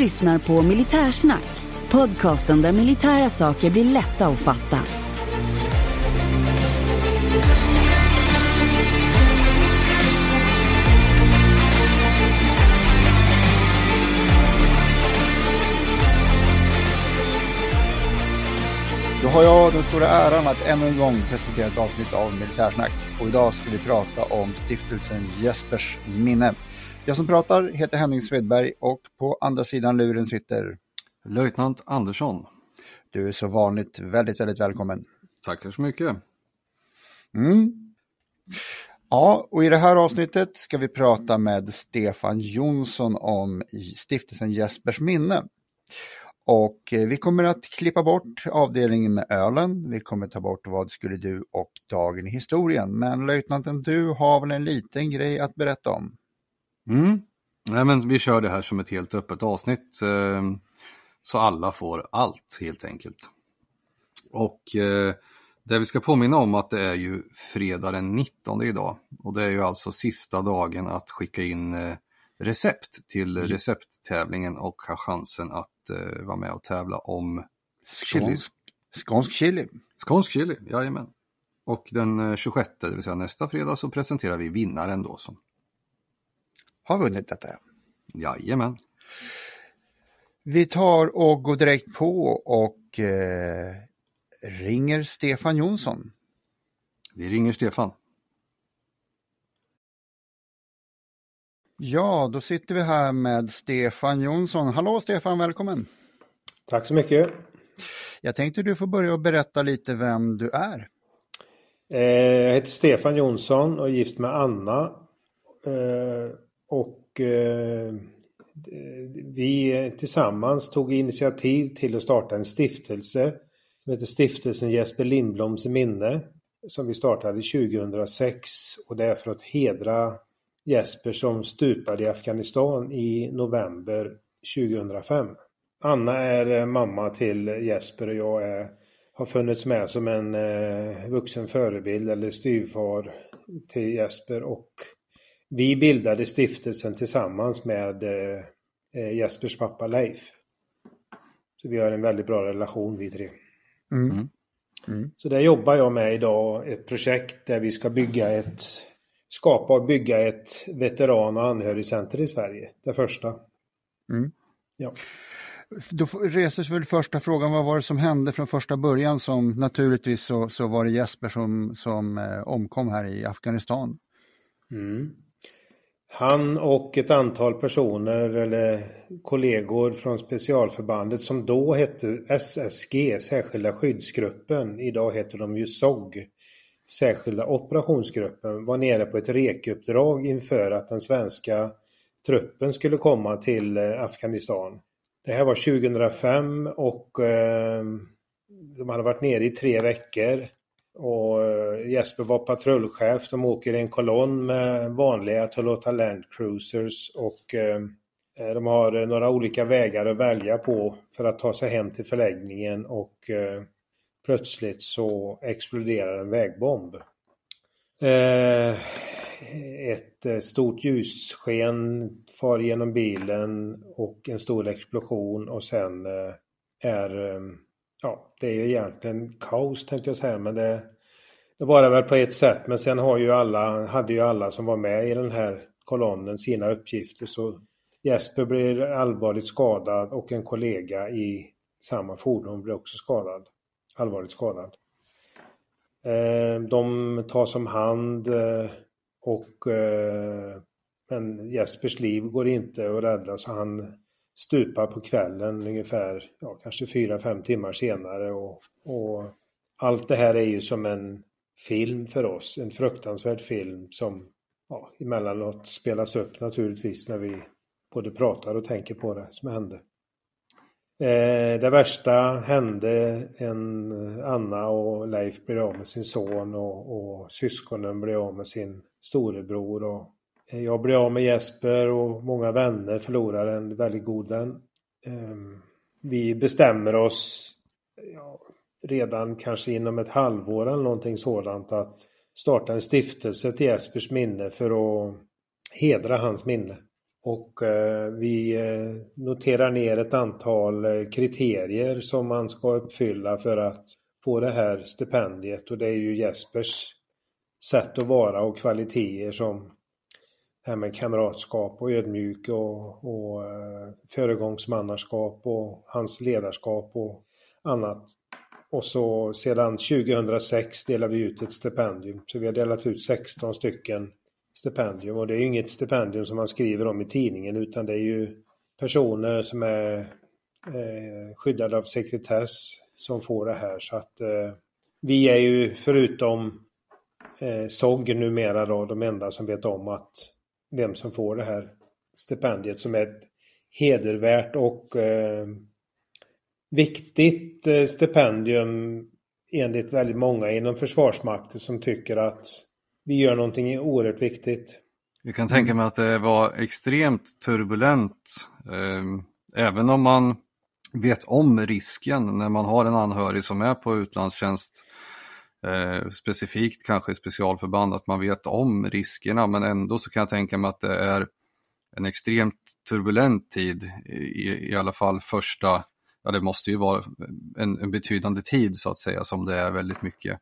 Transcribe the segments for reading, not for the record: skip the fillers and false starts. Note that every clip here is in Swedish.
lyssnar på Militärsnack, podcasten där militära saker blir lätta att fatta. Då har jag den stora äran att ännu en gång presentera ett avsnitt av Militärsnack. Och idag ska vi prata om stiftelsen Jespers minne. Jag som pratar heter Henning Svedberg och på andra sidan luren sitter Löjtnant Andersson. Du är så vanligt väldigt välkommen. Tackar så mycket. Ja, och i det här avsnittet ska vi prata med Stefan Jonsson om stiftelsen Jespers minne. Och vi kommer att klippa bort avdelningen med ölen. Vi kommer ta bort vad skulle du och dagen i historien. Men löjtnanten, du har väl en liten grej att berätta om? Nej, men vi kör det här som ett helt öppet avsnitt. Så alla får allt helt enkelt. Och det vi ska påminna om att det är ju fredag den 19 idag. Och det är ju alltså sista dagen att skicka in recept till recepttävlingen och ha chansen att vara med och tävla om skånsk chili. Skånsk chili, jajamän. Och den 26, det vill säga nästa fredag, så presenterar vi vinnaren då som har vunnit detta. Jajamän. Vi tar och går direkt på och ringer Stefan Jonsson. Vi ringer Stefan. Ja, då sitter vi här med Stefan Jonsson. Hallå Stefan, välkommen. Tack så mycket. Jag tänkte du får börja och berätta lite vem du är. Jag heter Stefan Jonsson och är gift med Anna. Vi tillsammans tog initiativ till att starta en stiftelse som heter Stiftelsen Jesper Lindbloms minne, som vi startade 2006, och det är för att hedra Jesper som stupade i Afghanistan i november 2005. Anna är mamma till Jesper och jag har funnits med som en vuxen förebild eller styvfar till Jesper, och vi bildade stiftelsen tillsammans med Jespers pappa Leif. Så vi har en väldigt bra relation, vi tre. Så där jobbar jag med idag, ett projekt där vi ska skapa och bygga ett veteran- och anhörigcenter i Sverige. Det första. Ja. Då reses väl första frågan, vad var det som hände från första början? Som naturligtvis så var det Jesper som omkom här i Afghanistan. Han och ett antal personer eller kollegor från specialförbandet som då hette SSG, särskilda skyddsgruppen. Idag heter de ju SOG, särskilda operationsgruppen, var nere på ett rekuppdrag inför att den svenska truppen skulle komma till Afghanistan. Det här var 2005 och de hade varit nere i 3 veckor. Och Jesper var patrullchef. De åker i en kolonn med vanliga Toyota Land Cruisers och de har några olika vägar att välja på för att ta sig hem till förläggningen, och plötsligt så exploderar en vägbomb. Ett stort ljussken far genom bilen och en stor explosion, och sen det är ju egentligen kaos, tänkte jag säga, men det var det väl på ett sätt. Men sen hade ju alla som var med i den här kolonnen sina uppgifter, så Jesper blir allvarligt skadad och en kollega i samma fordon blir också allvarligt skadad. De tas om hand men Jespers liv går inte att rädda, så han stupar på kvällen ungefär, kanske 4-5 timmar senare, och allt det här är ju som en film för oss, en fruktansvärd film som emellanåt spelas upp naturligtvis när vi både pratar och tänker på det som hände. Det värsta hände, Anna och Leif blev av med sin son och syskonen blev av med sin storebror, och jag blev av med Jesper, och många vänner förlorar en väldigt god vän. Vi bestämmer oss redan kanske inom ett halvår eller någonting sådant att starta en stiftelse till Jespers minne för att hedra hans minne. Och vi noterar ner ett antal kriterier som man ska uppfylla för att få det här stipendiet. Och det är ju Jespers sätt att vara och kvaliteter som det här med kamratskap och ödmjuk och föregångsmannaskap och hans ledarskap och annat. Och så sedan 2006 delar vi ut ett stipendium. Så vi har delat ut 16 stycken stipendium. Och det är ju inget stipendium som man skriver om i tidningen, utan det är ju personer som är skyddade av sekretess som får det här. Så att vi är ju förutom SOG numera då de enda som vet om att vem som får det här stipendiet, som är ett hedervärt och viktigt stipendium enligt väldigt många inom Försvarsmakten som tycker att vi gör någonting oerhört viktigt. Jag kan tänka mig att det var extremt turbulent, även om man vet om risken när man har en anhörig som är på utlandstjänst, specifikt kanske i specialförband, att man vet om riskerna, men ändå så kan jag tänka mig att det är en extremt turbulent tid, i alla fall första, ja det måste ju vara en betydande tid så att säga, som det är väldigt mycket.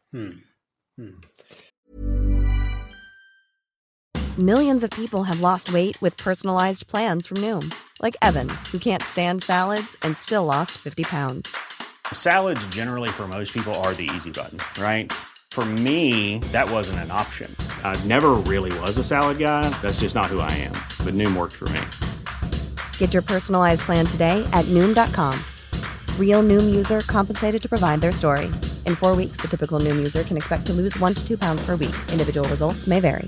Millions of people have lost weight with personalized plans from Noom. Like Evan, who can't stand salads and still lost 50 pounds. Salads generally for most people are the easy button, right? For me, that wasn't an option. I never really was a salad guy. That's just not who I am. But Noom worked for me. Get your personalized plan today at Noom.com. Real Noom user compensated to provide their story. In 4 weeks, the typical Noom user can expect to lose 1 to 2 pounds per week. Individual results may vary.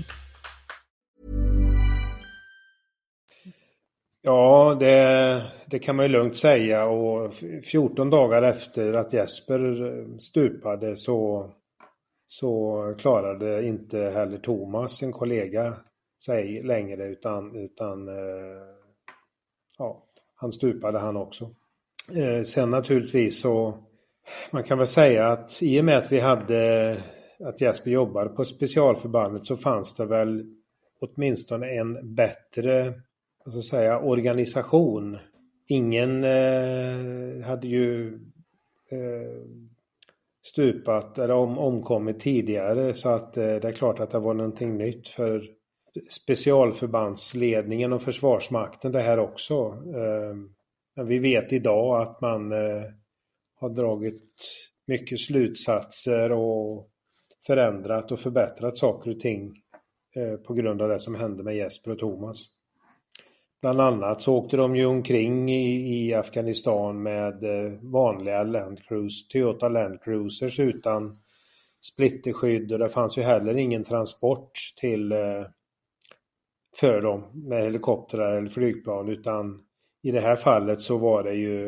Ja, det kan man ju lugnt säga, och 14 dagar efter att Jesper stupade så klarade inte heller Thomas, en kollega, sig längre utan han stupade han också. Sen naturligtvis så man kan väl säga att i och med att vi hade att Jesper jobbade på specialförbandet så fanns det väl åtminstone en bättre organisation. Ingen hade ju stupat eller omkommit tidigare, så att det är klart att det var någonting nytt för specialförbandsledningen och Försvarsmakten det här också. Men vi vet idag att man har dragit mycket slutsatser och förändrat och förbättrat saker och ting på grund av det som hände med Jesper och Thomas. Bland annat så åkte de ju omkring i Afghanistan med vanliga Toyota Land Cruisers utan splitterskydd, och det fanns ju heller ingen transport för dem med helikoptrar eller flygplan, utan i det här fallet så var det ju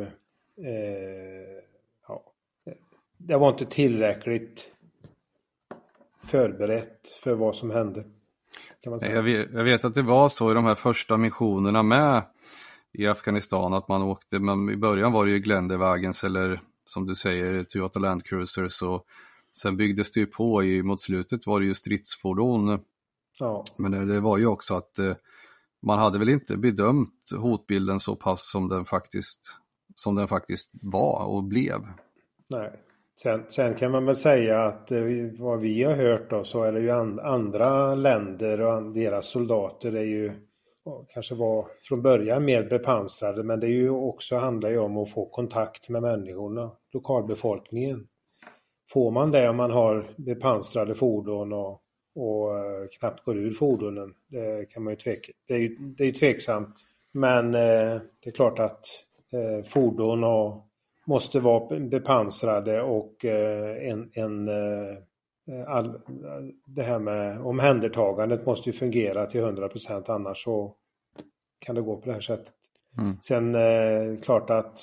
det var inte tillräckligt förberett för vad som hände. Jag vet att det var så i de här första missionerna med i Afghanistan, att man åkte, men i början var det ju Glendewagens eller som du säger Toyota Land Cruisers, och sen byggdes det ju på mot slutet var det ju stridsfordon. Ja. Men det var ju också att man hade väl inte bedömt hotbilden så pass som den faktiskt var och blev. Nej. Sen kan man väl säga att vad vi har hört då, så är det ju andra länder och deras soldater är ju kanske var från början mer bepansrade, men det är ju också handlar ju om att få kontakt med människorna, lokalbefolkningen. Får man det om man har bepansrade fordon och knappt går ur fordonen, det kan man ju tveka. Det är ju tveksamt, men det är klart att fordon måste vara bepansrade, och det här med omhändertagandet måste ju fungera till 100%, annars så kan det gå på det här sättet. Sen klart att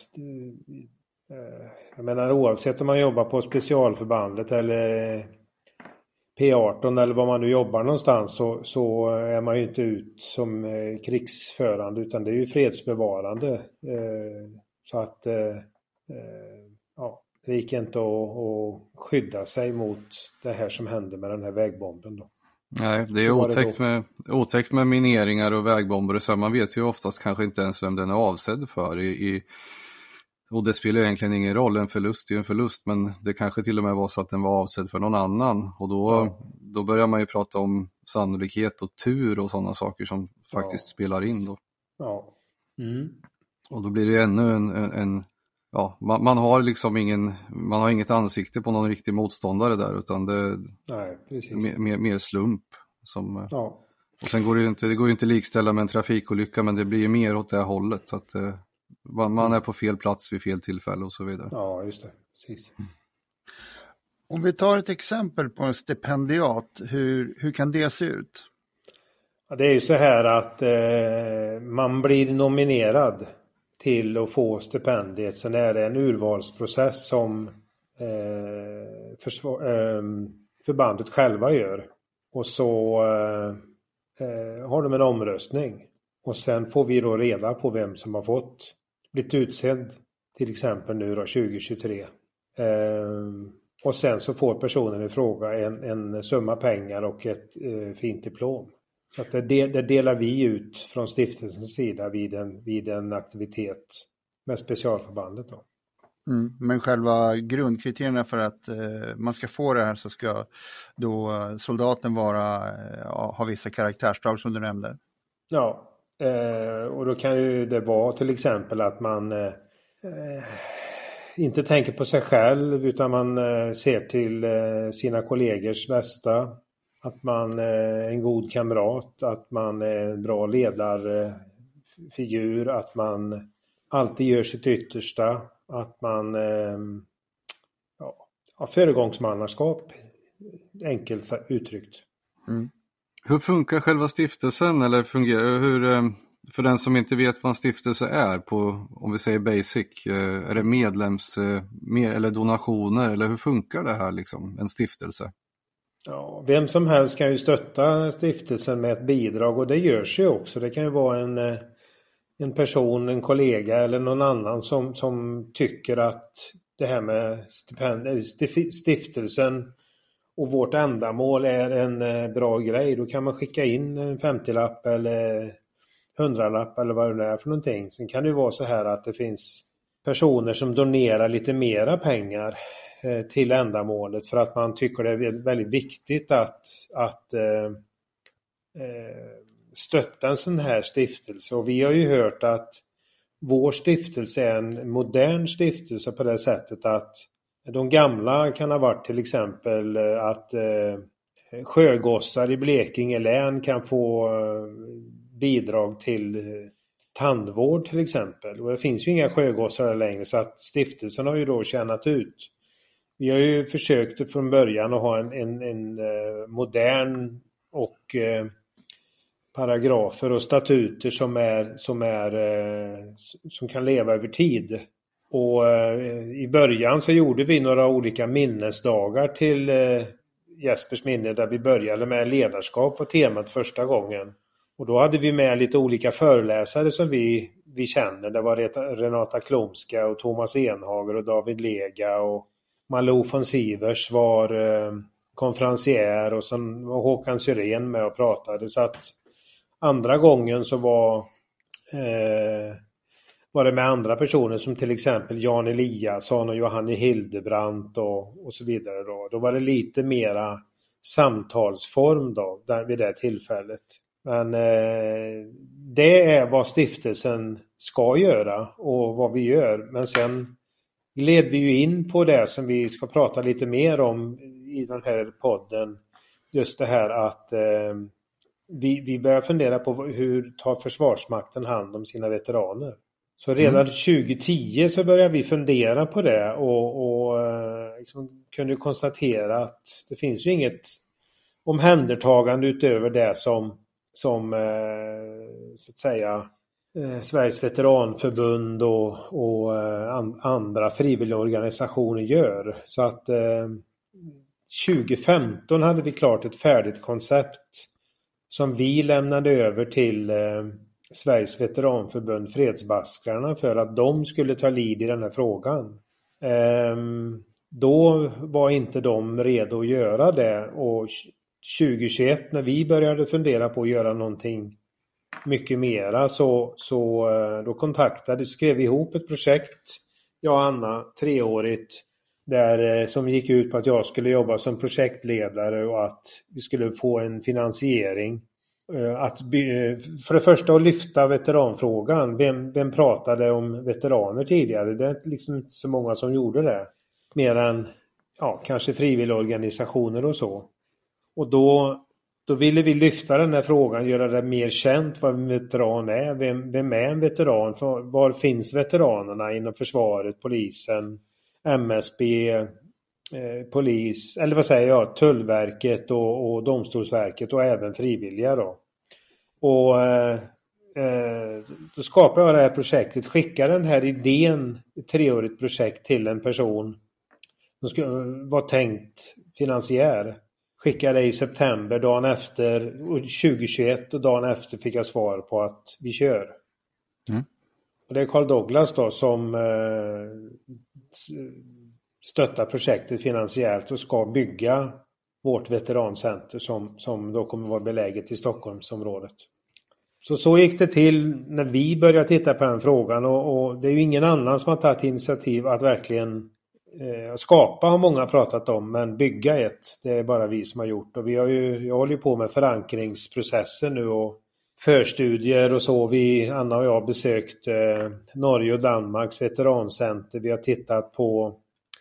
jag menar, oavsett om man jobbar på specialförbandet eller P18 eller var man nu jobbar någonstans, så är man ju inte ut som krigsförande, utan det är ju fredsbevarande. Så att det gick inte att skydda sig mot det här som hände med den här vägbomben då. Nej, det är otäckt med mineringar och vägbomber. Så man vet ju oftast kanske inte ens vem den är avsedd för. Och det spelar egentligen ingen roll, en förlust är en förlust. Men det kanske till och med var så att den var avsedd för någon annan. Och då börjar man ju prata om sannolikhet och tur och sådana saker som faktiskt spelar in då. Ja. Mm. Och då blir det ännu man har liksom inget ansikte på någon riktig motståndare där, utan det är mer slump som, och sen går det går ju inte likställa med en trafikolycka, men det blir ju mer åt det här hållet, så att man är på fel plats vid fel tillfälle och så vidare. Ja, just det. Precis. Om vi tar ett exempel på en stipendiat, hur kan det se ut? Ja, det är ju så här att man blir nominerad till att få stipendiet. Sen är det en urvalsprocess som förbandet själva gör. Och så har de en omröstning. Och sen får vi då reda på vem som har blivit utsedd, till exempel nu då 2023. Och sen så får personen i fråga en summa pengar och ett fint diplom. Så att det delar vi ut från stiftelsens sida vid en aktivitet med specialförbandet då. Men själva grundkriterierna för att man ska få det här, så ska då soldaten ha vissa karaktärsdrag som du nämnde. Ja, och då kan ju det vara till exempel att man inte tänker på sig själv, utan man ser till sina kollegors bästa. Att man är en god kamrat, att man är en bra ledarfigur, att man alltid gör sitt yttersta, att man har föregångsmannaskap, enkelt uttryckt. Mm. Hur funkar själva stiftelsen, eller för den som inte vet vad en stiftelse är, om vi säger basic, är det eller donationer, eller hur funkar det här liksom, en stiftelse? Ja, vem som helst kan ju stötta stiftelsen med ett bidrag, och det görs ju också. Det kan ju vara en person, en kollega eller någon annan som tycker att det här med stiftelsen och vårt ändamål är en bra grej. Då kan man skicka in en 50-lapp eller 100-lapp eller vad det är för någonting. Sen kan det ju vara så här att det finns personer som donerar lite mera pengar till ändamålet för att man tycker det är väldigt viktigt att stötta en sån här stiftelse. Och vi har ju hört att vår stiftelse är en modern stiftelse på det sättet att de gamla kan ha varit till exempel att sjögossar i Blekinge län kan få bidrag till tandvård till exempel. Och det finns ju inga sjögossar längre, så att stiftelsen har ju då tjänat ut. Vi har ju försökt från början att ha en modern och paragrafer och statuter som kan leva över tid. Och i början så gjorde vi några olika minnesdagar till Jespers minne, där vi började med ledarskap på temat första gången. Och då hade vi med lite olika föreläsare som vi känner. Det var Renata Klomska och Thomas Enhager och David Lega, och Malou von Sivers var konferencier, och sen var Håkan Syrén med och pratade. Så att andra gången så var det med andra personer som till exempel Jan Eliasson och Johanne Hildebrandt och så vidare. Då var det lite mera samtalsform då, vid det tillfället. Men det är vad stiftelsen ska göra och vad vi gör. Men sen gled vi ju in på det som vi ska prata lite mer om i den här podden. Just det här att vi börjar fundera på hur tar Försvarsmakten hand om sina veteraner. Så redan 2010 så började vi fundera på det och liksom kunde konstatera att det finns ju inget omhändertagande utöver det som så att säga Sveriges veteranförbund och andra frivilliga organisationer gör. Så att 2015 hade vi klart ett färdigt koncept som vi lämnade över till Sveriges veteranförbund Fredsbaskrarna för att de skulle ta lid i den här frågan. Då var inte de redo att göra det, och 2021 när vi började fundera på att göra någonting mycket mera så då skrev vi ihop ett projekt, jag och Anna, 3-årigt, som gick ut på att jag skulle jobba som projektledare och att vi skulle få en finansiering. För det första att lyfta veteranfrågan. Vem pratade om veteraner tidigare? Det är liksom inte så många som gjorde det. Mer än kanske frivilligorganisationer och så. Och då ville vi lyfta den här frågan, göra det mer känt vad en veteran är. Vem är en veteran? Var finns veteranerna inom försvaret, polisen, MSB, polis, eller vad säger jag, Tullverket och Domstolsverket och även frivilliga då. Och då skapade jag det här projektet, skickade den här idén, ett 3-årigt projekt till en person som skulle vara tänkt finansiär. Skickade i september, dagen efter, 2021, och dagen efter fick jag svar på att vi kör. Och det är Carl Douglas då som stöttar projektet finansiellt och ska bygga vårt veterancenter som då kommer vara beläget i Stockholmsområdet. Så gick det till när vi började titta på den frågan, och det är ju ingen annan som har tagit initiativ att verkligen skapa, har många pratat om, men bygga det är bara vi som har gjort. Och jag håller ju på med förankringsprocesser nu och förstudier och så. Anna och jag har besökt Norge och Danmarks veterancenter. Vi har tittat på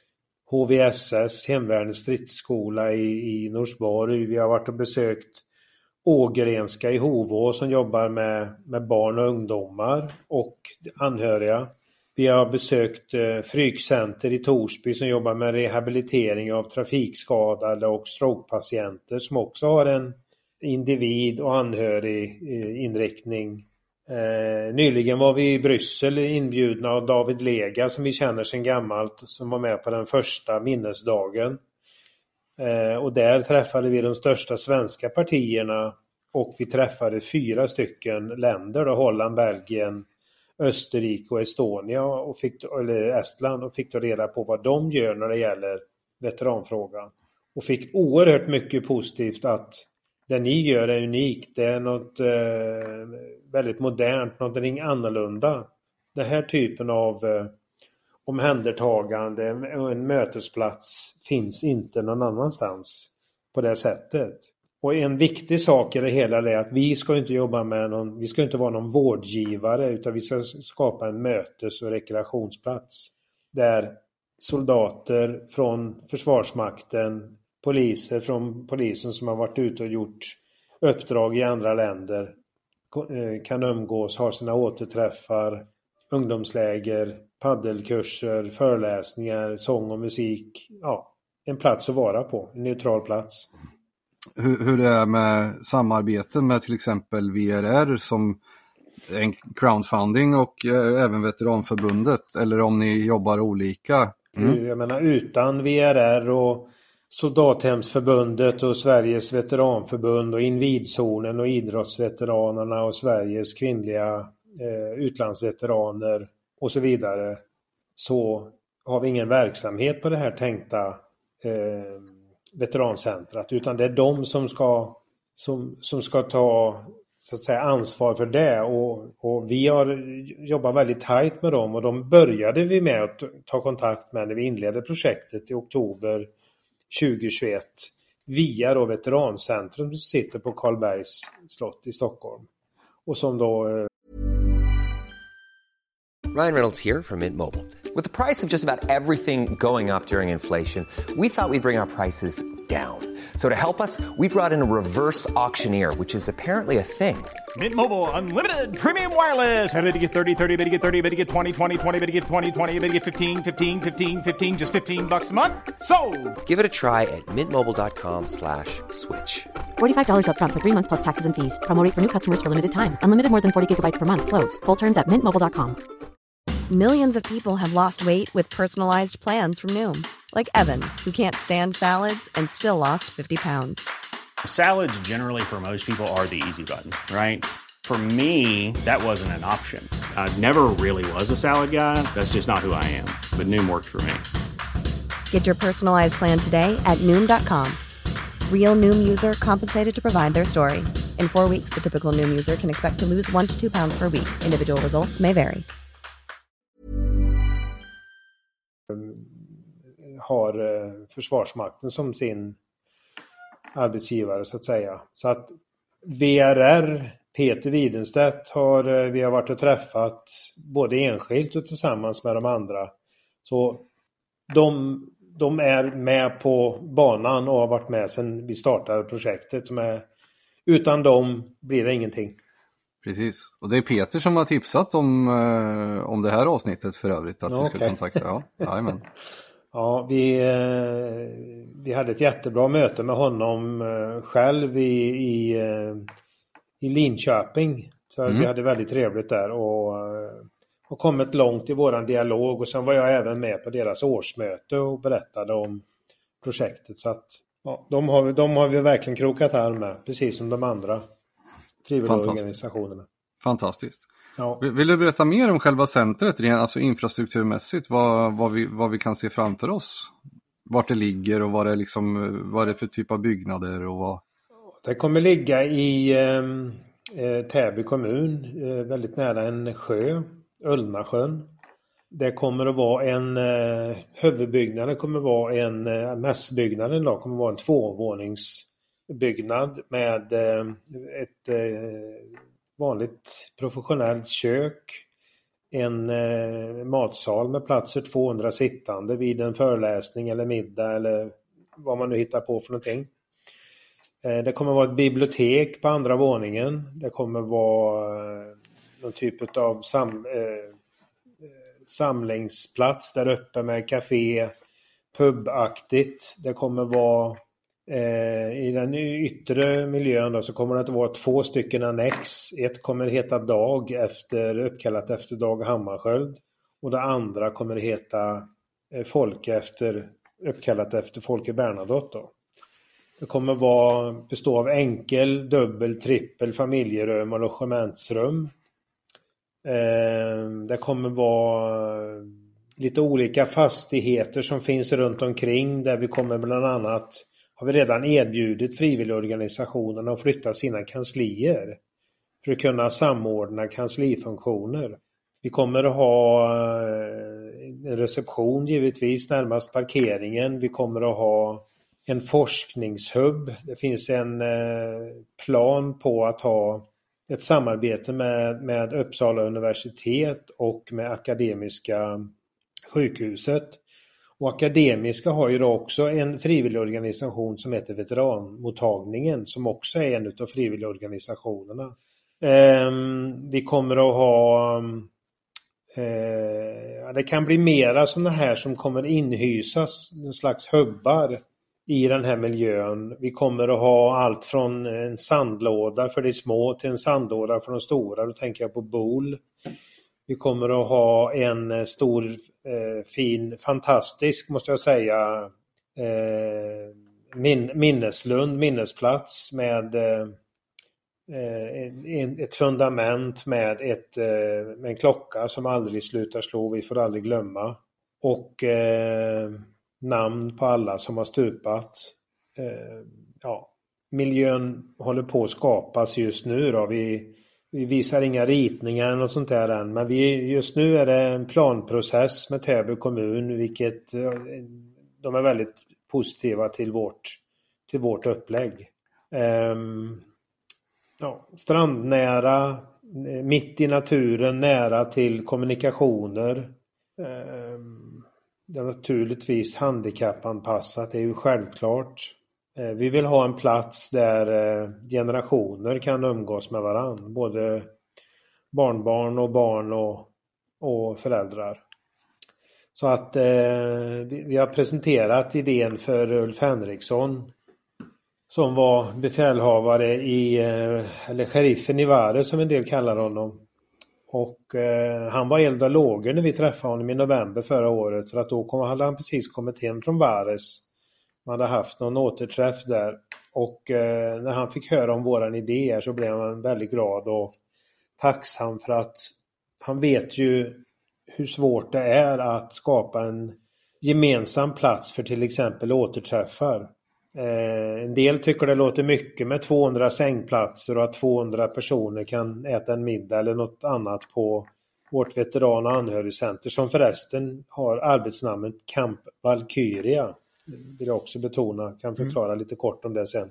HVSS, Hemvärnets stridsskola i Norsborg. Vi har varit och besökt Ågrenska i Hovå som jobbar med barn och ungdomar och anhöriga. Vi har besökt Frykcenter i Torsby som jobbar med rehabilitering av trafikskadade och strokepatienter som också har en individ- och anhörig inriktning. Nyligen var vi i Bryssel inbjudna av David Lega som vi känner sedan gammalt, som var med på den första minnesdagen. Och där träffade vi de största svenska partierna och vi träffade 4 stycken länder, då, Holland, Belgien, Österrike och Estonia eller Estland, och fick då reda på vad de gör när det gäller veteranfrågan. Och fick oerhört mycket positivt att det ni gör är unikt. Det är något väldigt modernt, något annorlunda. Den här typen av omhändertagande och en mötesplats finns inte någon annanstans på det sättet. Och en viktig sak i det hela är att vi ska inte jobba med vi ska inte vara någon vårdgivare, utan vi ska skapa en mötes- och rekreationsplats där soldater från Försvarsmakten, poliser från polisen som har varit ute och gjort uppdrag i andra länder kan umgås, ha sina återträffar, ungdomsläger, paddelkurser, föreläsningar, sång och musik. Ja, en plats att vara på, en neutral plats. Hur det är med samarbeten med till exempel VRR som en crowdfunding och även Veteranförbundet, eller om ni jobbar olika? Jag menar, utan VRR och Soldathemsförbundet och Sveriges veteranförbund och Invidzonen och idrottsveteranerna och Sveriges kvinnliga utlandsveteraner och så vidare, så har vi ingen verksamhet på det här tänkta veterancentrat, utan det är de som ska ta, så att säga, ansvar för det, och vi har jobbat väldigt tajt med dem, och de började vi med att ta kontakt med när vi inledde projektet i oktober 2021 via då Veterancentrum som sitter på Karlbergs slott i Stockholm, och som då Ryan Reynolds here from Mint Mobile. With the price of just about everything going up during inflation, we thought we'd bring our prices down. So to help us, we brought in a reverse auctioneer, which is apparently a thing. Mint Mobile Unlimited Premium Wireless. How to get 30, 30, bit to get 30, bit to get 20, 20, 20, bit to get 20, 20, bit to get 15, 15, 15, 15, just $15 a month? Sold! Give it a try at mintmobile.com/switch. $45 up front for 3 months plus taxes and fees. Promo rate for new customers for limited time. Unlimited more than 40 gigabytes per month. Slows full terms at mintmobile.com. Millions of people have lost weight with personalized plans from Noom. Like Evan, who can't stand salads and still lost 50 pounds. Salads generally for most people are the easy button, right? For me, that wasn't an option. I never really was a salad guy. That's just not who I am. But Noom worked for me. Get your personalized plan today at Noom.com. Real Noom user compensated to provide their story. In 4 weeks, the typical Noom user can expect to lose 1 to 2 pounds per week. Individual results may vary. Har Försvarsmakten som sin arbetsgivare så att säga. Så att VRR, Peter Widenstedt, vi har varit och träffat både enskilt och tillsammans med de andra. Så de är med på banan och har varit med sedan vi startade projektet. Utan dem blir det ingenting. Precis, och det är Peter som har tipsat om det här avsnittet för övrigt, att vi ska kontakta. Ja, ja, vi hade ett jättebra möte med honom själv i Linköping. Så vi hade väldigt trevligt där och kommit långt i våran dialog. Och sen var jag även med på deras årsmöte och berättade om projektet. Så att de har vi verkligen krokat arm med, precis som de andra frivilligorganisationerna. Fantastiskt. Ja. Vill du berätta mer om själva centret, alltså infrastrukturmässigt, vad vi kan se framför oss? Vart det ligger och vad det är för typ av byggnader och vad? Det kommer ligga i Täby kommun, väldigt nära en sjö, Ullnasjön. Det kommer att vara huvudbyggnaden kommer att vara mässbyggnaden då, kommer att vara en 2-våningsbyggnad med ett vanligt professionellt kök, en matsal med plats för 200 sittande vid en föreläsning eller middag eller vad man nu hittar på för någonting. Det kommer att vara ett bibliotek på andra våningen. Det kommer att vara någon typ av samlingsplats där uppe med café, pubaktigt. Det kommer vara i den yttre miljön då, så kommer det att vara 2 stycken annex. Ett kommer heta Dag uppkallat efter Dag Hammarskjöld, och det andra kommer heta Folke uppkallat efter Folke Bernadotte då. Det kommer bestå av enkel, dubbel, trippel familjerum och logementsrum. Det kommer vara lite olika fastigheter som finns runt omkring, där vi kommer bland annat, har vi redan erbjudit frivilligorganisationerna att flytta sina kanslier för att kunna samordna kanslifunktioner. Vi kommer att ha en reception givetvis närmast parkeringen. Vi kommer att ha en forskningshubb. Det finns en plan på att ha ett samarbete med Uppsala universitet och med Akademiska sjukhuset. Och Akademiska har ju då också en frivilligorganisation som heter Veteranmottagningen, som också är en av frivilligorganisationerna. Vi kommer att ha det kan bli mera sådana här som kommer inhysas, en slags hubbar i den här miljön. Vi kommer att ha allt från en sandlåda för de små till en sandlåda för de stora. Då tänker jag på Bol. Vi kommer att ha en stor, fin, fantastisk, måste jag säga, minnesplats med ett fundament med en klocka som aldrig slutar slå, vi får aldrig glömma. Och namn på alla som har stupat. Miljön håller på att skapas just nu då. Vi visar inga ritningar eller något sånt där än, men just nu är det en planprocess med Täby kommun, vilket de är väldigt positiva till vårt upplägg. Strandnära, mitt i naturen, nära till kommunikationer. Det är naturligtvis handikappanpassat, det är ju självklart. Vi vill ha en plats där generationer kan umgås med varandra, både barnbarn och barn och föräldrar. Så att vi har presenterat idén för Ulf Henriksson, som var befälhavare eller sheriffen i Vares som en del kallar honom. Och han var eld och lågor när vi träffade honom i november förra året, för att då hade han precis kommit hem från Vares. Man hade haft någon återträff där, och när han fick höra om våran idé så blev han väldigt glad och tacksam, för att han vet ju hur svårt det är att skapa en gemensam plats för till exempel återträffar. En del tycker det låter mycket med 200 sängplatser och att 200 personer kan äta en middag eller något annat på vårt veteran- och anhörigcenter, som förresten har arbetsnamnet Camp Valkyria. Vill jag också betona, kan förklara lite kort om det sen.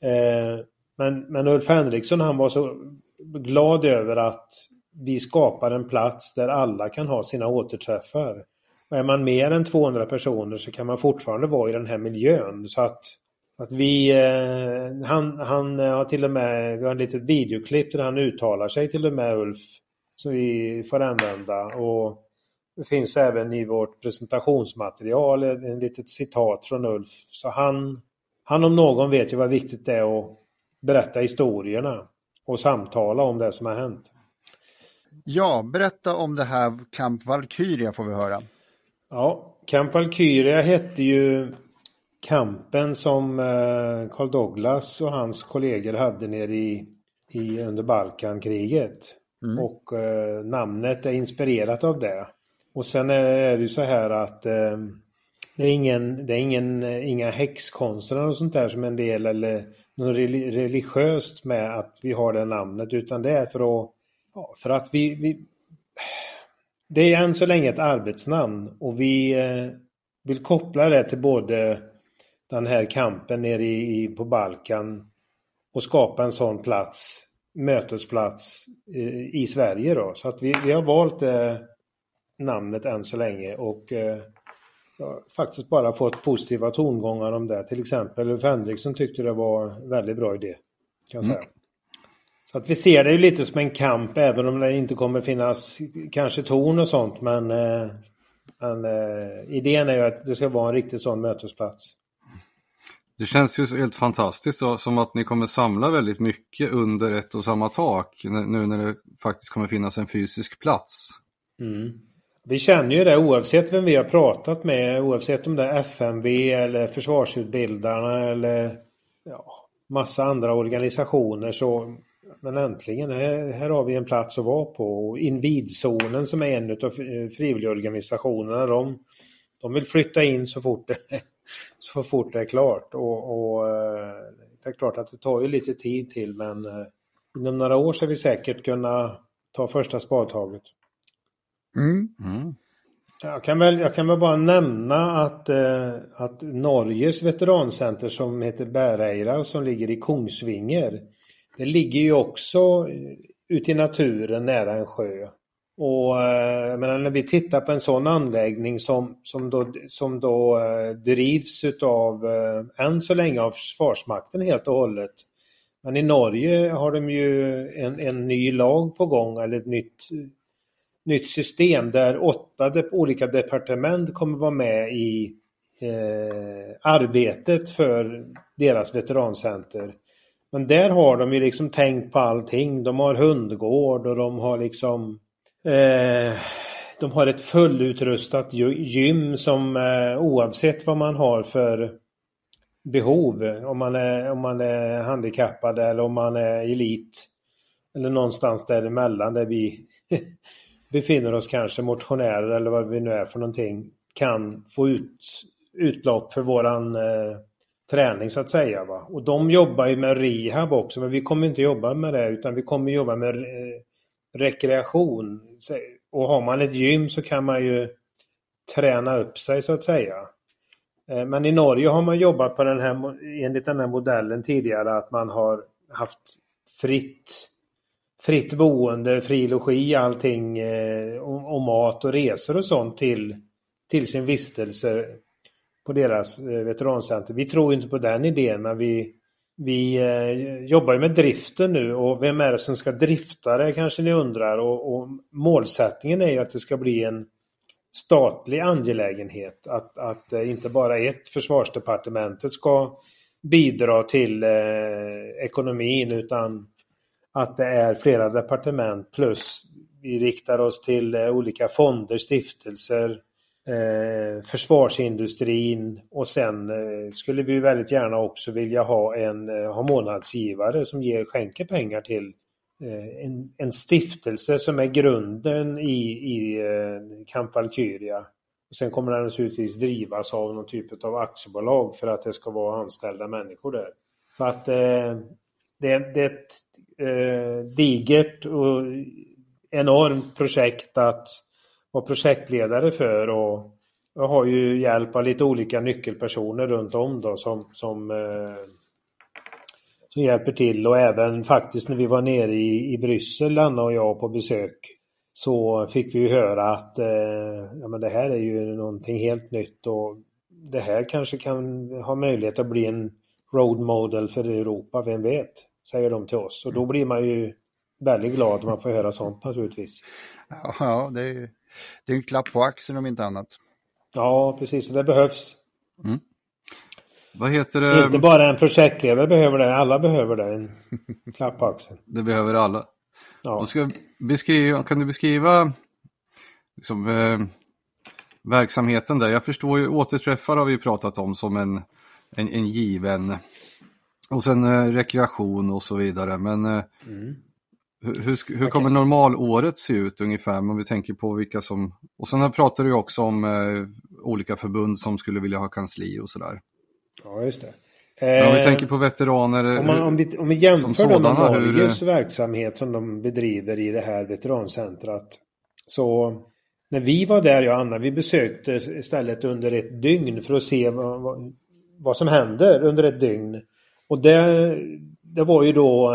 Men Ulf Henriksson, han var så glad över att vi skapar en plats där alla kan ha sina återträffar. Och är man mer än 200 personer så kan man fortfarande vara i den här miljön. Så att vi, han har till och med, vi har ett litet videoklipp där han uttalar sig till och med, Ulf, som vi får använda. Och det finns även i vårt presentationsmaterial en litet citat från Ulf. Så han om någon vet ju vad viktigt det är att berätta historierna och samtala om det som har hänt. Ja, berätta om det här Camp Valkyria får vi höra. Ja, Camp Valkyria hette ju kampen som Carl Douglas och hans kollegor hade nere under Balkankriget. Och namnet är inspirerat av det. Och sen är det ju så här att det är inga häxkonster och sånt där som en del, eller något religiöst med att vi har det namnet, utan det är för att vi det är än så länge ett arbetsnamn, och vi vill koppla det till både den här kampen nere på Balkan och skapa en sån mötesplats i Sverige då. Så att vi har valt namnet än så länge, och faktiskt bara fått positiva tongångar om det. Till exempel Ulf Henriksson tyckte det var en väldigt bra idé, kan jag säga. Så att vi ser det ju lite som en kamp, även om det inte kommer finnas kanske torn och sånt. Men idén är ju att det ska vara en riktig sån mötesplats. Det känns ju helt fantastiskt, som att ni kommer samla väldigt mycket under ett och samma tak nu när det faktiskt kommer finnas en fysisk plats. Vi känner ju det oavsett vem vi har pratat med, oavsett om det är FMV eller försvarsutbildarna eller massa andra organisationer. Men äntligen, här har vi en plats att vara på. Och Invidzonen, som är en av frivilligorganisationerna, de vill flytta in så fort det är klart. Och det är klart att det tar ju lite tid till, men inom några år ska vi säkert kunna ta första spadtaget. Jag kan väl bara nämna att Norges veterancenter, som heter Bæreira och som ligger i Kongsvinger, det ligger ju också ute i naturen nära en sjö. Och när vi tittar på en sån anläggning som då drivs utav än så länge av Försvarsmakten helt och hållet. Men i Norge har de ju en ny lag på gång, eller ett nytt system där 8 olika departement kommer vara med i arbetet för deras veterancenter. Men där har de ju liksom tänkt på allting. De har hundgård och de har liksom de har ett fullutrustat gym som oavsett vad man har för behov, om man är handikappad eller om man är elit eller någonstans däremellan där vi befinner oss, kanske motionärer eller vad vi nu är för någonting, kan få utlopp för våran träning så att säga. Va? Och de jobbar ju med rehab också, men vi kommer inte jobba med det, utan vi kommer jobba med rekreation. Och har man ett gym så kan man ju träna upp sig så att säga. Men i Norge har man jobbat på enligt den här modellen tidigare, att man har haft fritt boende, fri logi, allting och mat och resor och sånt till sin vistelse på deras veterancenter. Vi tror inte på den idén, men vi jobbar ju med driften nu, och vem är det som ska drifta det, kanske ni undrar, och målsättningen är ju att det ska bli en statlig angelägenhet, att inte bara ett försvarsdepartementet ska bidra till ekonomin, utan att det är flera departement, plus vi riktar oss till olika fonder, stiftelser, försvarsindustrin, och sen skulle vi väldigt gärna också vilja ha månadsgivare som skänker pengar till en stiftelse som är grunden i Camp Valkyria. Och sen kommer det naturligtvis drivas av någon typ av aktiebolag för att det ska vara anställda människor där. Så att det är ett digert och enormt projekt att vara projektledare för, och jag har ju hjälp av lite olika nyckelpersoner runt om då som hjälper till, och även faktiskt när vi var nere i Bryssel, Anna och jag, på besök, så fick vi ju höra att men det här är ju någonting helt nytt och det här kanske kan ha möjlighet att bli en road model för Europa, vem vet, säger de till oss. Och då blir man ju väldigt glad om man får höra sånt naturligtvis. Ja, det är en klapp på axeln om inte annat. Ja, precis, det behövs. Mm. Vad heter det? Inte bara en projektledare behöver det, alla behöver det, en klapp på axeln. Det behöver alla. Ja. Kan du beskriva liksom, verksamheten där? Jag förstår ju, återträffar har vi pratat om som en given, och sen rekreation och så vidare. Men hur kommer normalåret se ut ungefär, om vi tänker på vilka som... Och sen pratar du också om olika förbund som skulle vilja ha kansli och sådär. Ja, just det. Om vi tänker på veteraner... Om vi jämför med Norges verksamhet som de bedriver i det här veterancentrat. Så när vi var där, jag och Anna, vi besökte istället under ett dygn för att se vad som händer under ett dygn. Och det var ju då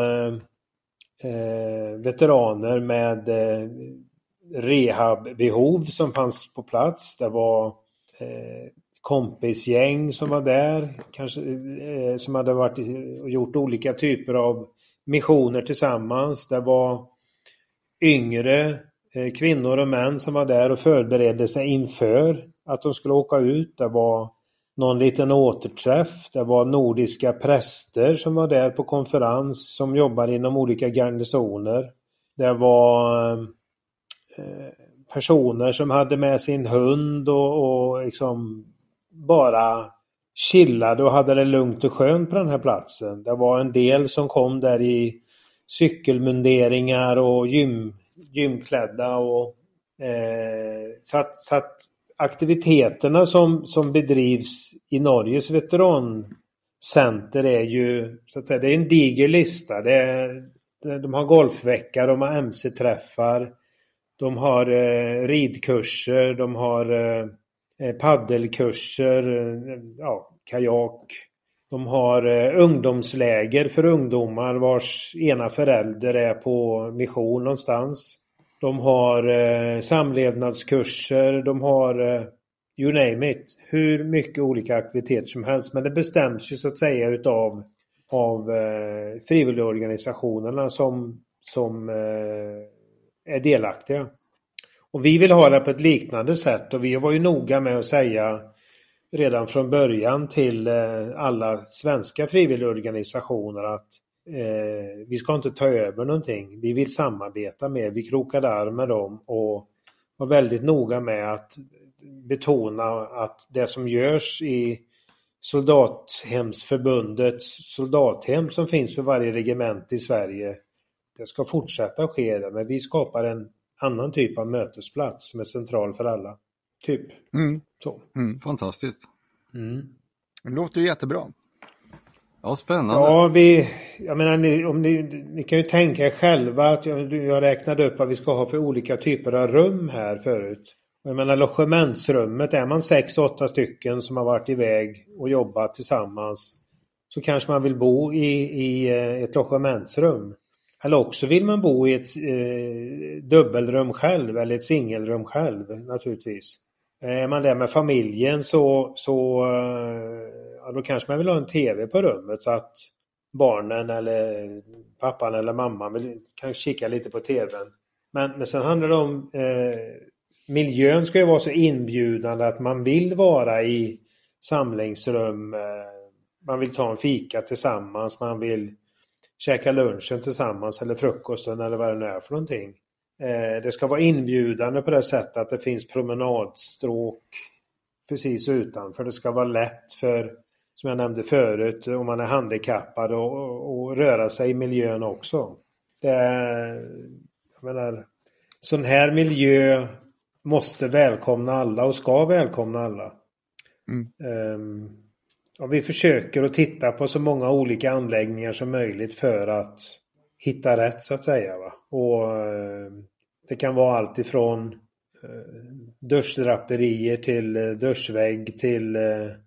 veteraner med rehabbehov som fanns på plats. Det var kompisgäng som var där, kanske som hade varit och gjort olika typer av missioner tillsammans. Det var yngre kvinnor och män som var där och förberedde sig inför att de skulle åka ut. Det var någon liten återträff. Det var nordiska präster som var där på konferens som jobbar inom olika garnisoner. Det var personer som hade med sin hund och liksom bara chillade och hade det lugnt och skönt på den här platsen. Det var en del som kom där i cykelmunderingar och gymklädda. Och, så att aktiviteterna som bedrivs i Norges veterancenter är ju, så att säga, det är en diger lista. De har golfvecka, de har MC-träffar, de har ridkurser, de har paddelkurser, kajak. De har ungdomsläger för ungdomar vars ena förälder är på mission någonstans. De har samlevnadskurser, de har you name it, hur mycket olika aktiviteter som helst. Men det bestäms ju så att säga av frivilligorganisationerna som är delaktiga. Och vi vill ha det på ett liknande sätt, och vi var ju noga med att säga redan från början till alla svenska frivilligorganisationer att vi ska inte ta över någonting. Vi vill samarbeta med, vi krokade arm med dem och var väldigt noga med att betona att det som görs i Soldathemsförbundets soldathem som finns för varje regement i Sverige, det ska fortsätta ske där, men vi skapar en annan typ av mötesplats som är central för alla. Typ. Så. Fantastiskt. Det låter jättebra. Ja, spännande. Ja, jag menar, ni kan ju tänka er själva att jag räknade upp vad vi ska ha för olika typer av rum här förut. Jag menar, logementsrummet, är man 6-8 stycken som har varit iväg och jobbat tillsammans, så kanske man vill bo i ett logementsrum. Eller också vill man bo i ett dubbelrum själv eller ett singelrum själv naturligtvis. Är man där med familjen så då kanske man vill ha en tv på rummet så att barnen eller pappan eller mamman kan kika lite på tvn. Men sen handlar det om miljön ska ju vara så inbjudande att man vill vara i samlingsrum. Man vill ta en fika tillsammans, man vill käka lunchen tillsammans eller frukosten eller vad det nu är för någonting. Det ska vara inbjudande på det sättet att det finns promenadstråk precis utanför. Det ska vara lätt för, som jag nämnde förut, om man är handikappad och röra sig i miljön också. Jag menar, sån här miljö måste välkomna alla och ska välkomna alla. Och vi försöker att titta på så många olika anläggningar som möjligt för att hitta rätt så att säga. Va? Och det kan vara allt ifrån duschdraperier till duschvägg till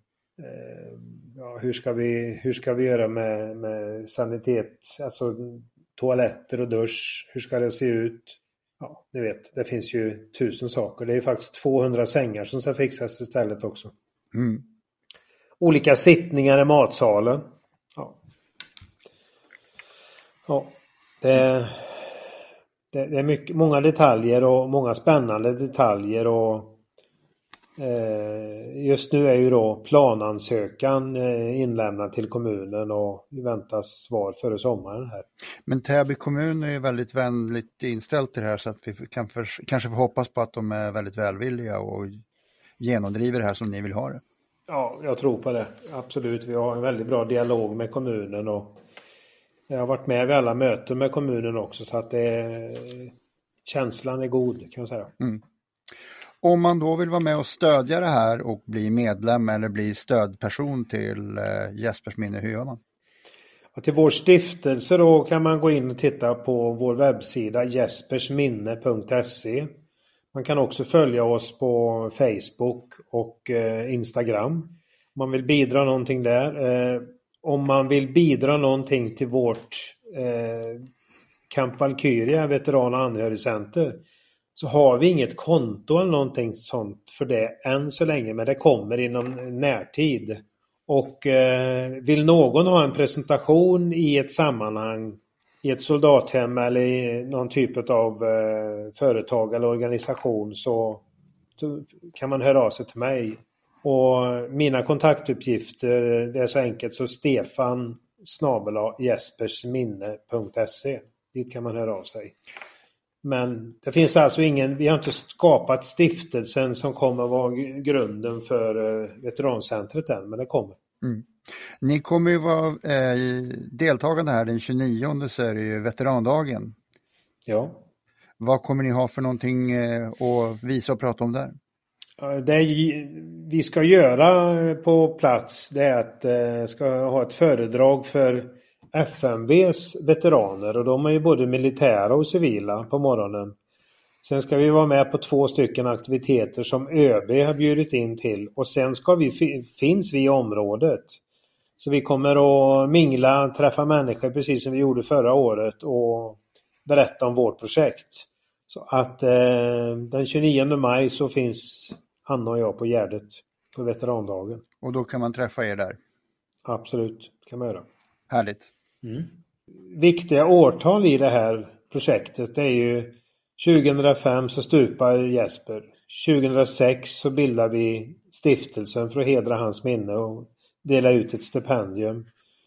hur ska vi göra med sanitet, alltså toaletter och dusch, hur ska det se ut? Ja, ni vet, det finns ju 1000 saker. Det är faktiskt 200 sängar som ska fixas istället också. Olika sittningar i matsalen. Det är många detaljer och många spännande detaljer och just nu är ju då planansökan inlämnad till kommunen och vi väntar svar före sommaren här. Men Täby kommun är ju väldigt vänligt inställt till det här så att vi kanske får hoppas på att de är väldigt välvilliga och genomdriver det här som ni vill ha det. Ja, jag tror på det. Absolut. Vi har en väldigt bra dialog med kommunen och jag har varit med vid alla möten med kommunen också så att känslan är god kan jag säga. Om man då vill vara med och stödja det här och bli medlem eller bli stödperson till Jespers minne, hur gör man? Ja, till vår stiftelse då kan man gå in och titta på vår webbsida jespersminne.se. Man kan också följa oss på Facebook och Instagram. Om man vill bidra någonting där. Om man vill bidra någonting till vårt Camp Valkyria veteran- och anhörigcenter så har vi inget konto eller någonting sånt för det än så länge, men det kommer inom närtid. Och vill någon ha en presentation i ett sammanhang, i ett soldathem eller i någon typ av företag eller organisation så kan man höra av sig till mig. Och mina kontaktuppgifter, det är så enkelt så stefan@jespersminne.se. Dit kan man höra av sig. Men det finns alltså vi har inte skapat stiftelsen som kommer att vara grunden för veterancentret än, men det kommer. Ni kommer ju vara deltagande här den 29, så är det ju veterandagen. Ja. Vad kommer ni ha för någonting att visa och prata om där? Det vi ska göra på plats det är att ska ha ett föredrag för FMVs veteraner och de är ju både militära och civila på morgonen. Sen ska vi vara med på 2 stycken aktiviteter som ÖB har bjudit in till och sen finns vi i området. Så vi kommer att mingla, träffa människor precis som vi gjorde förra året och berätta om vårt projekt. Så att den 29 maj så finns Hanna och jag på Gärdet på veterandagen. Och då kan man träffa er där? Absolut, kan man göra. Härligt. Viktiga årtal i det här projektet det är ju 2005 så stupar Jesper. 2006 så bildar vi stiftelsen för att hedra hans minne och dela ut ett stipendium.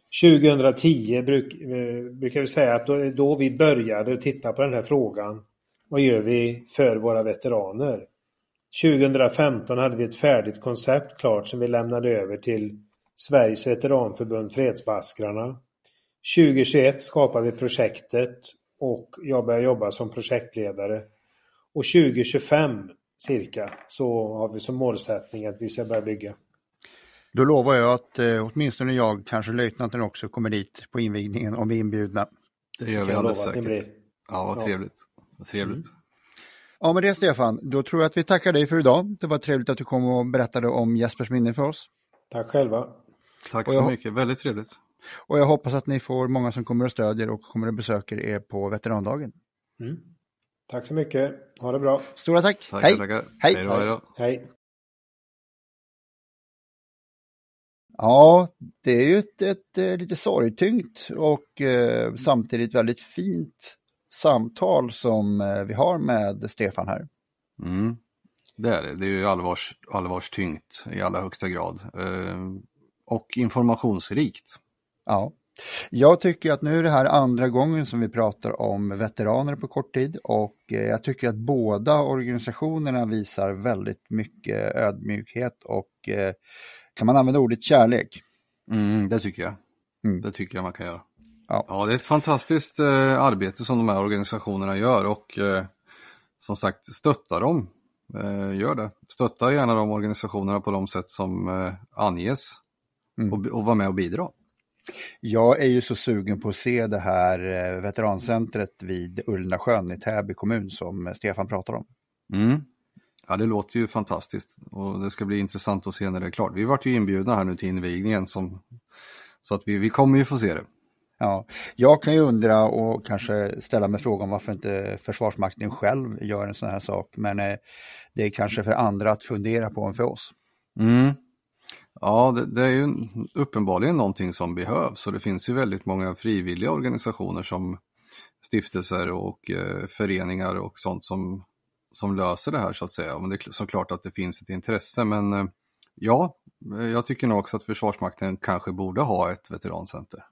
2010 brukar vi säga att då vi började titta på den här frågan. Vad gör vi för våra veteraner? 2015 hade vi ett färdigt koncept klart som vi lämnade över till Sveriges veteranförbund Fredsbaskrarna. 2021 skapade vi projektet och jag började jobba som projektledare. Och 2025 cirka så har vi som målsättning att vi ska börja bygga. Då lovar jag att åtminstone jag, kanske löjtnanten också, kommer dit på invigningen om vi är inbjudna. Det gör vi alldeles säkert. Ja, vad trevligt. Vad trevligt. Ja, med det Stefan, då tror jag att vi tackar dig för idag. Det var trevligt att du kom och berättade om Jespers minne för oss. Tack själva. Tack så mycket, väldigt trevligt. Och jag hoppas att ni får många som kommer och stödjer och kommer och besöker er på veterandagen. Tack så mycket, ha det bra. Stora tack. Tack, hej. Tackar. Hej. Hej då. Hej. Ja, det är ju ett lite sorgtyngt och samtidigt väldigt fint samtal som vi har med Stefan här. Det är det. Det är ju allvarstyngt i allra högsta grad. Och informationsrikt. Ja, jag tycker att nu är det här andra gången som vi pratar om veteraner på kort tid och jag tycker att båda organisationerna visar väldigt mycket ödmjukhet och kan man använda ordet kärlek? Det tycker jag. Det tycker jag man kan göra. Ja, det är ett fantastiskt arbete som de här organisationerna gör och som sagt stötta dem. Gör det. Stötta gärna de organisationerna på de sätt som anges och vara med och bidra. Jag är ju så sugen på att se det här veterancentret vid Ullnasjön i Täby kommun som Stefan pratar om. Ja, det låter ju fantastiskt och det ska bli intressant att se när det är klart. Vi vart ju inbjudna här nu till invigningen så att vi kommer ju få se det. Ja, jag kan ju undra och kanske ställa mig frågan varför inte Försvarsmakten själv gör en sån här sak. Men det är kanske för andra att fundera på än för oss. Ja, det är ju uppenbarligen någonting som behövs. Och det finns ju väldigt många frivilliga organisationer som stiftelser och föreningar och sånt som löser det här så att säga. Men det är såklart att det finns ett intresse. Men ja, jag tycker nog också att Försvarsmakten kanske borde ha ett veterancenter.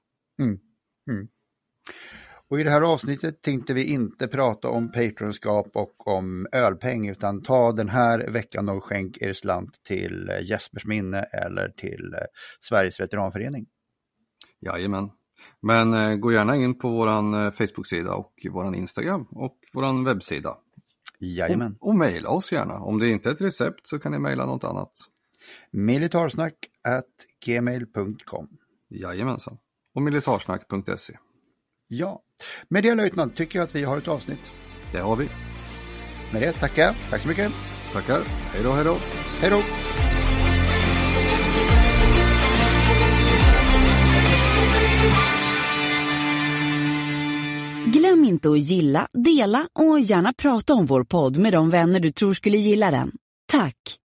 Och i det här avsnittet tänkte vi inte prata om patronskap och om ölpeng utan ta den här veckan och skänk er slant till Jespers minne eller till Sveriges veteranförening. Jajamän. Men gå gärna in på våran Facebook-sida och våran Instagram och våran webbsida. Jajamän. Och mejla oss gärna. Om det inte är ett recept så kan ni mejla något annat. militarsnack@gmail.com. Jajamensan. Och militarsnack.se. Ja, med det löjtnant tycker jag att vi har ett avsnitt. Det har vi. Med det tackar jag. Tack så mycket. Tackar. Hej då, hej då. Hej då. Glöm inte att gilla, dela och gärna prata om vår podd med de vänner du tror skulle gilla den. Tack!